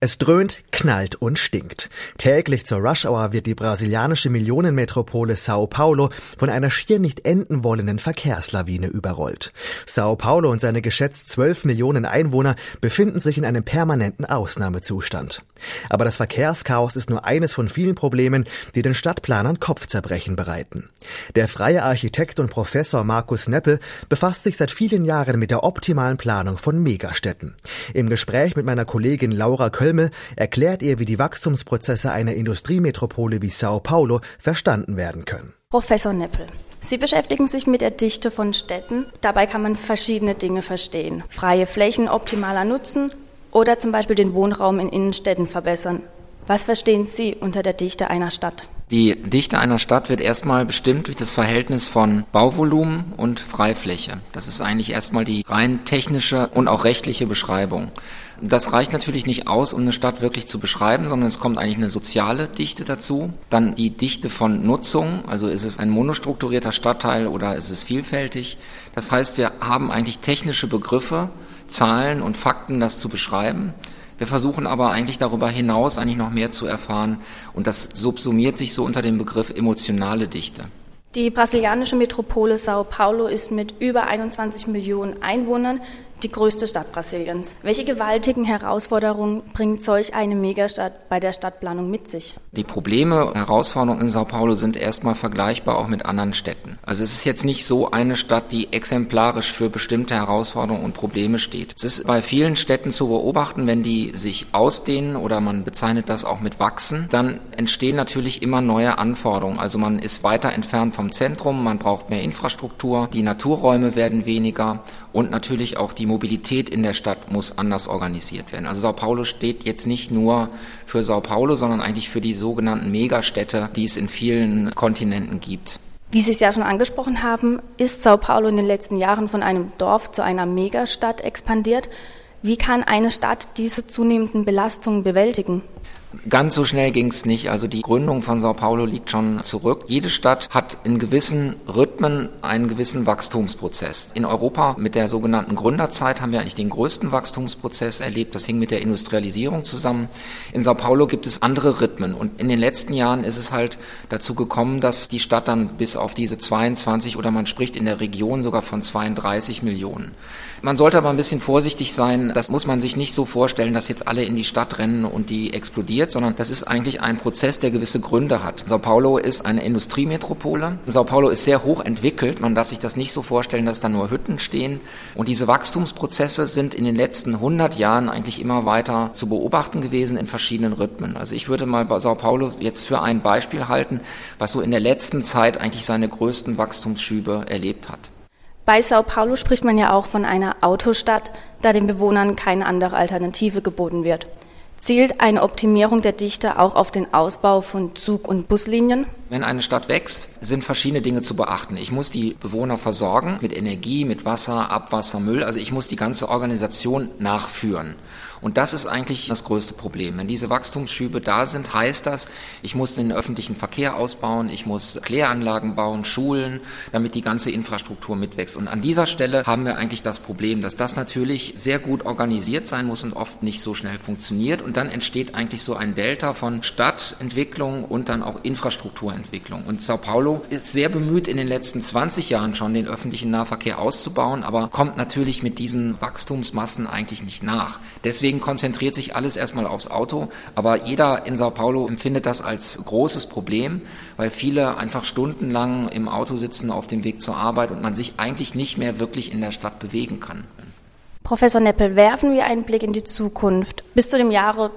Es dröhnt, knallt und stinkt. Täglich zur Rush-Hour wird die brasilianische Millionenmetropole Sao Paulo von einer schier nicht enden wollenden Verkehrslawine überrollt. Sao Paulo und seine geschätzt 12 Millionen Einwohner befinden sich in einem permanenten Ausnahmezustand. Aber das Verkehrschaos ist nur eines von vielen Problemen, die den Stadtplanern Kopfzerbrechen bereiten. Der freie Architekt und Professor Markus Neppel befasst sich seit vielen Jahren mit der optimalen Planung von Megastädten. Im Gespräch mit meiner Kollegin Laura Kölmel erklärt er, wie die Wachstumsprozesse einer Industriemetropole wie Sao Paulo verstanden werden können. Professor Neppel, Sie beschäftigen sich mit der Dichte von Städten. Dabei kann man verschiedene Dinge verstehen. Freie Flächen optimaler nutzen oder zum Beispiel den Wohnraum in Innenstädten verbessern. Was verstehen Sie unter der Dichte einer Stadt? Die Dichte einer Stadt wird erstmal bestimmt durch das Verhältnis von Bauvolumen und Freifläche. Das ist eigentlich erstmal die rein technische und auch rechtliche Beschreibung. Das reicht natürlich nicht aus, um eine Stadt wirklich zu beschreiben, sondern es kommt eigentlich eine soziale Dichte dazu. Dann die Dichte von Nutzung, also ist es ein monostrukturierter Stadtteil oder ist es vielfältig. Das heißt, wir haben eigentlich technische Begriffe, Zahlen und Fakten, das zu beschreiben. Wir versuchen aber eigentlich darüber hinaus eigentlich noch mehr zu erfahren und das subsumiert sich so unter dem Begriff emotionale Dichte. Die brasilianische Metropole Sao Paulo ist mit über 21 Millionen Einwohnern die größte Stadt Brasiliens. Welche gewaltigen Herausforderungen bringt solch eine Megastadt bei der Stadtplanung mit sich? Die Probleme, Herausforderungen in Sao Paulo sind erstmal vergleichbar auch mit anderen Städten. Also es ist jetzt nicht so eine Stadt, die exemplarisch für bestimmte Herausforderungen und Probleme steht. Es ist bei vielen Städten zu beobachten, wenn die sich ausdehnen oder man bezeichnet das auch mit wachsen, dann entstehen natürlich immer neue Anforderungen. Also man ist weiter entfernt vom Zentrum, man braucht mehr Infrastruktur, die Naturräume werden weniger und natürlich auch die Mobilität in der Stadt muss anders organisiert werden. Also Sao Paulo steht jetzt nicht nur für Sao Paulo, sondern eigentlich für die sogenannten Megastädte, die es in vielen Kontinenten gibt. Wie Sie es ja schon angesprochen haben, ist Sao Paulo in den letzten Jahren von einem Dorf zu einer Megastadt expandiert. Wie kann eine Stadt diese zunehmenden Belastungen bewältigen? Ganz so schnell ging es nicht. Also die Gründung von Sao Paulo liegt schon zurück. Jede Stadt hat in gewissen Rhythmen einen gewissen Wachstumsprozess. In Europa mit der sogenannten Gründerzeit haben wir eigentlich den größten Wachstumsprozess erlebt. Das hing mit der Industrialisierung zusammen. In Sao Paulo gibt es andere Rhythmen. Und in den letzten Jahren ist es halt dazu gekommen, dass die Stadt dann bis auf diese 22 oder man spricht in der Region sogar von 32 Millionen. Man sollte aber ein bisschen vorsichtig sein. Das muss man sich nicht so vorstellen, dass jetzt alle in die Stadt rennen und die explodiert, sondern das ist eigentlich ein Prozess, der gewisse Gründe hat. Sao Paulo ist eine Industriemetropole. Sao Paulo ist sehr hoch entwickelt. Man darf sich das nicht so vorstellen, dass da nur Hütten stehen. Und diese Wachstumsprozesse sind in den letzten 100 Jahren eigentlich immer weiter zu beobachten gewesen in verschiedenen Rhythmen. Also ich würde mal bei Sao Paulo jetzt für ein Beispiel halten, was so in der letzten Zeit eigentlich seine größten Wachstumsschübe erlebt hat. Bei Sao Paulo spricht man ja auch von einer Autostadt, da den Bewohnern keine andere Alternative geboten wird. Zielt eine Optimierung der Dichte auch auf den Ausbau von Zug- und Buslinien? Wenn eine Stadt wächst, sind verschiedene Dinge zu beachten. Ich muss die Bewohner versorgen mit Energie, mit Wasser, Abwasser, Müll. Also ich muss die ganze Organisation nachführen. Und das ist eigentlich das größte Problem. Wenn diese Wachstumsschübe da sind, heißt das, ich muss den öffentlichen Verkehr ausbauen, ich muss Kläranlagen bauen, Schulen, damit die ganze Infrastruktur mitwächst. Und an dieser Stelle haben wir eigentlich das Problem, dass das natürlich sehr gut organisiert sein muss und oft nicht so schnell funktioniert. Und dann entsteht eigentlich so ein Delta von Stadtentwicklung und dann auch Infrastrukturentwicklung. Und Sao Paulo ist sehr bemüht, in den letzten 20 Jahren schon den öffentlichen Nahverkehr auszubauen, aber kommt natürlich mit diesen Wachstumsmassen eigentlich nicht nach. Deswegen konzentriert sich alles erstmal aufs Auto, aber jeder in Sao Paulo empfindet das als großes Problem, weil viele einfach stundenlang im Auto sitzen auf dem Weg zur Arbeit und man sich eigentlich nicht mehr wirklich in der Stadt bewegen kann. Professor Neppel, werfen wir einen Blick in die Zukunft. Bis zu dem Jahre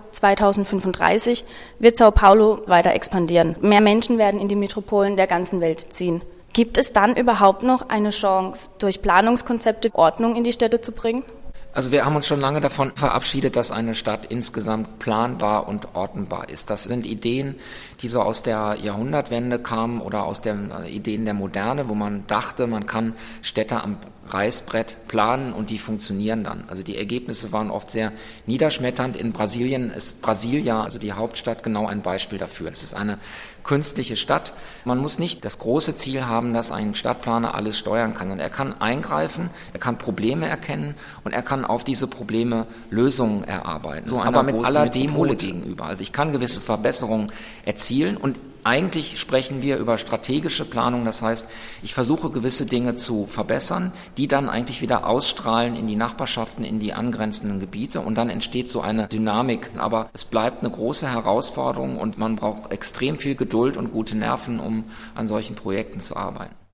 2035 wird Sao Paulo weiter expandieren. Mehr Menschen werden in die Metropolen der ganzen Welt ziehen. Gibt es dann überhaupt noch eine Chance, durch Planungskonzepte Ordnung in die Städte zu bringen? Also wir haben uns schon lange davon verabschiedet, dass eine Stadt insgesamt planbar und ordnbar ist. Das sind Ideen, die so aus der Jahrhundertwende kamen oder aus den Ideen der Moderne, wo man dachte, man kann Städte am Reißbrett planen und die funktionieren dann. Also die Ergebnisse waren oft sehr niederschmetternd. In Brasilien ist Brasilia, also die Hauptstadt, genau ein Beispiel dafür. Es ist eine künstliche Stadt. Man muss nicht das große Ziel haben, dass ein Stadtplaner alles steuern kann. Und er kann eingreifen, er kann Probleme erkennen und er kann dann auf diese Probleme Lösungen erarbeiten. Aber mit aller Demut gegenüber. Also ich kann gewisse Verbesserungen erzielen und eigentlich sprechen wir über strategische Planung, das heißt, ich versuche gewisse Dinge zu verbessern, die dann eigentlich wieder ausstrahlen in die Nachbarschaften, in die angrenzenden Gebiete und dann entsteht so eine Dynamik. Aber es bleibt eine große Herausforderung und man braucht extrem viel Geduld und gute Nerven, um an solchen Projekten zu arbeiten.